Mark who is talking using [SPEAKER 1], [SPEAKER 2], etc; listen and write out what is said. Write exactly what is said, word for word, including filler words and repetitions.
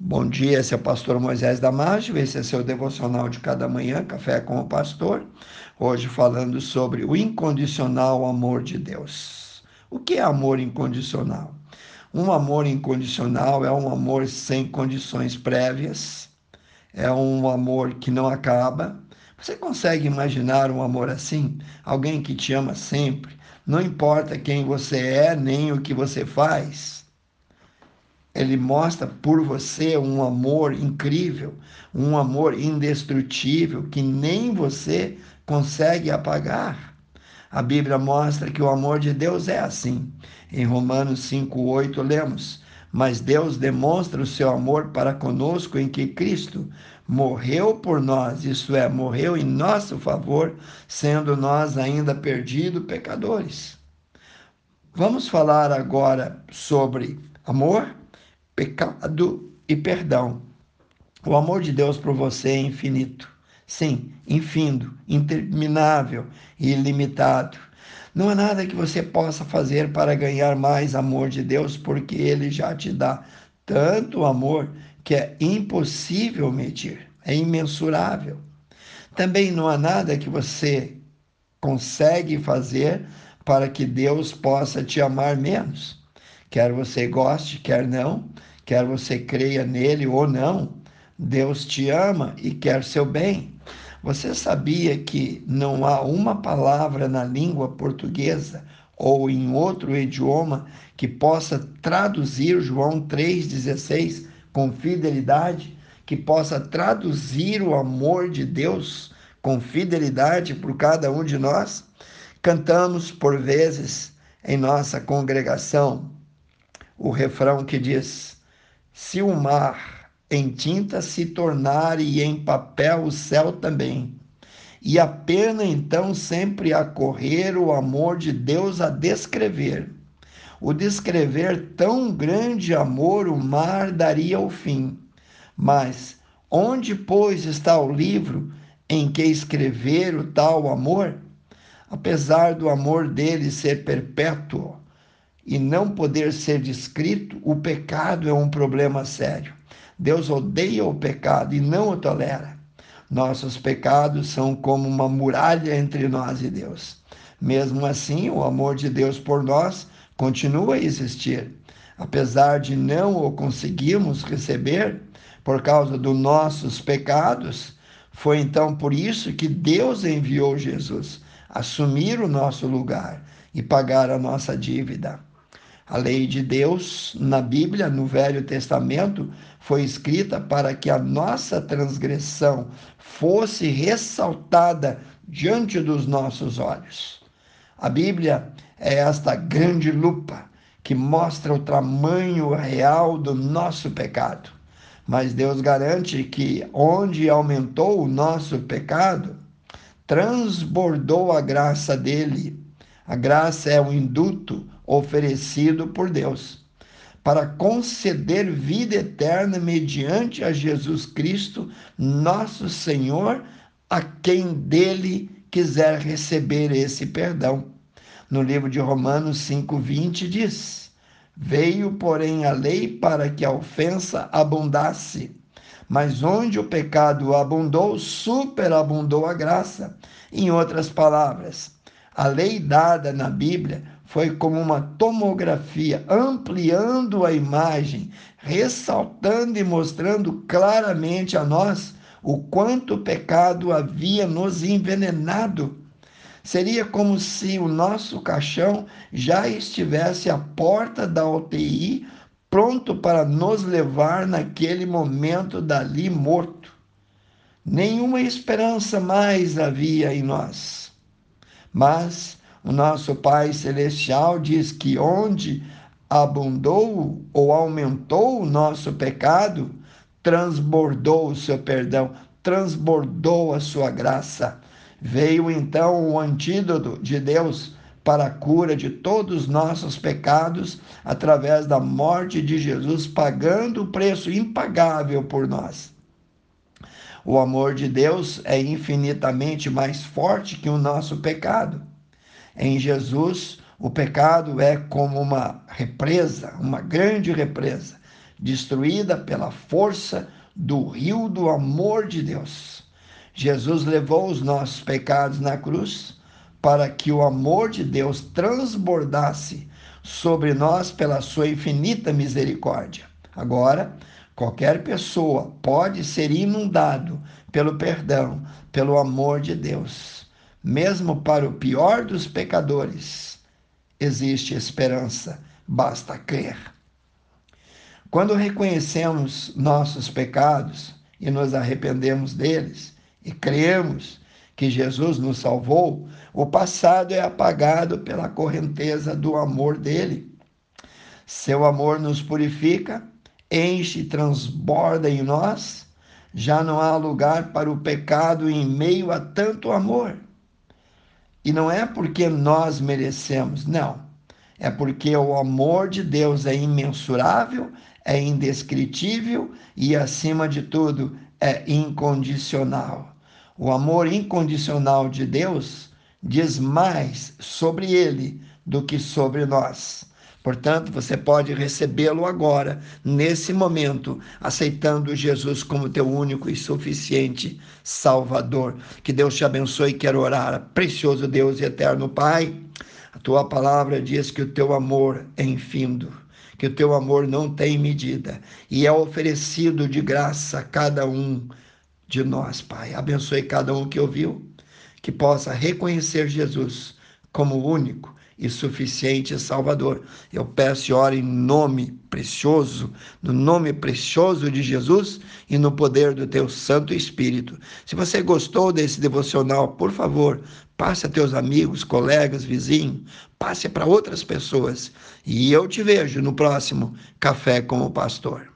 [SPEAKER 1] Bom dia, esse é o pastor Moisés Damásio, esse é seu devocional de cada manhã, Café com o Pastor. Hoje falando sobre o incondicional amor de Deus. O que é amor incondicional? Um amor incondicional é um amor sem condições prévias, é um amor que não acaba. Você consegue imaginar um amor assim? Alguém que te ama sempre, não importa quem você é, nem o que você faz. Ele mostra por você um amor incrível, um amor indestrutível que nem você consegue apagar. A Bíblia mostra que o amor de Deus é assim. Em Romanos cinco, oito lemos: Mas Deus demonstra o seu amor para conosco em que Cristo morreu por nós, isto é, morreu em nosso favor, sendo nós ainda perdidos pecadores. Vamos falar agora sobre amor, pecado e perdão. O amor de Deus por você é infinito. Sim, infindo, interminável e ilimitado. Não há nada que você possa fazer para ganhar mais amor de Deus, porque Ele já te dá tanto amor que é impossível medir, é imensurável. Também não há nada que você consegue fazer para que Deus possa te amar menos. Quer você goste, quer não, quer você creia nele ou não, Deus te ama e quer seu bem. Você sabia que não há uma palavra na língua portuguesa ou em outro idioma que possa traduzir João três dezesseis com fidelidade, que possa traduzir o amor de Deus com fidelidade por cada um de nós? Cantamos por vezes em nossa congregação o refrão que diz: Se o mar em tinta se tornar e em papel o céu também, e a pena então sempre a correr, o amor de Deus a descrever. O descrever tão grande amor o mar daria o fim. Mas onde, pois, está o livro em que escrever o tal amor? Apesar do amor dele ser perpétuo e não poder ser descrito, o pecado é um problema sério. Deus odeia o pecado e não o tolera. Nossos pecados são como uma muralha entre nós e Deus. Mesmo assim, o amor de Deus por nós continua a existir. Apesar de não o conseguirmos receber por causa dos nossos pecados, foi então por isso que Deus enviou Jesus assumir o nosso lugar e pagar a nossa dívida. A lei de Deus, na Bíblia, no Velho Testamento, foi escrita para que a nossa transgressão fosse ressaltada diante dos nossos olhos. A Bíblia é esta grande lupa que mostra o tamanho real do nosso pecado. Mas Deus garante que onde aumentou o nosso pecado, transbordou a graça dele. A graça é o induto oferecido por Deus para conceder vida eterna mediante a Jesus Cristo, nosso Senhor, a quem dele quiser receber esse perdão. No livro de Romanos cinco, vinte diz: Veio, porém, a lei para que a ofensa abundasse. Mas onde o pecado abundou, superabundou a graça. Em outras palavras, a lei dada na Bíblia foi como uma tomografia, ampliando a imagem, ressaltando e mostrando claramente a nós o quanto o pecado havia nos envenenado. Seria como se o nosso caixão já estivesse à porta da U T I, pronto para nos levar naquele momento dali morto. Nenhuma esperança mais havia em nós. Mas o nosso Pai Celestial diz que onde abundou ou aumentou o nosso pecado, transbordou o seu perdão, transbordou a sua graça. Veio então o antídoto de Deus para a cura de todos os nossos pecados, através da morte de Jesus, pagando o preço impagável por nós. O amor de Deus é infinitamente mais forte que o nosso pecado. Em Jesus, o pecado é como uma represa, uma grande represa, destruída pela força do rio do amor de Deus. Jesus levou os nossos pecados na cruz para que o amor de Deus transbordasse sobre nós pela sua infinita misericórdia. Agora, qualquer pessoa pode ser inundado pelo perdão, pelo amor de Deus. Mesmo para o pior dos pecadores, existe esperança, basta crer. Quando reconhecemos nossos pecados e nos arrependemos deles e cremos que Jesus nos salvou, o passado é apagado pela correnteza do amor dele. Seu amor nos purifica, enche e transborda em nós. Já não há lugar para o pecado em meio a tanto amor. E não é porque nós merecemos, não. É porque o amor de Deus é imensurável, é indescritível e, acima de tudo, é incondicional. O amor incondicional de Deus diz mais sobre ele do que sobre nós. Portanto, você pode recebê-lo agora, nesse momento, aceitando Jesus como teu único e suficiente Salvador. Que Deus te abençoe. Quero orar. Precioso Deus e eterno Pai, a tua palavra diz que o teu amor é infindo, que o teu amor não tem medida e é oferecido de graça a cada um de nós, Pai. Abençoe cada um que ouviu, que possa reconhecer Jesus como o único e suficiente Salvador. Eu peço e oro em nome precioso, no nome precioso de Jesus e no poder do teu Santo Espírito. Se você gostou desse devocional, por favor, passe a teus amigos, colegas, vizinhos, passe para outras pessoas. E eu te vejo no próximo Café com o Pastor.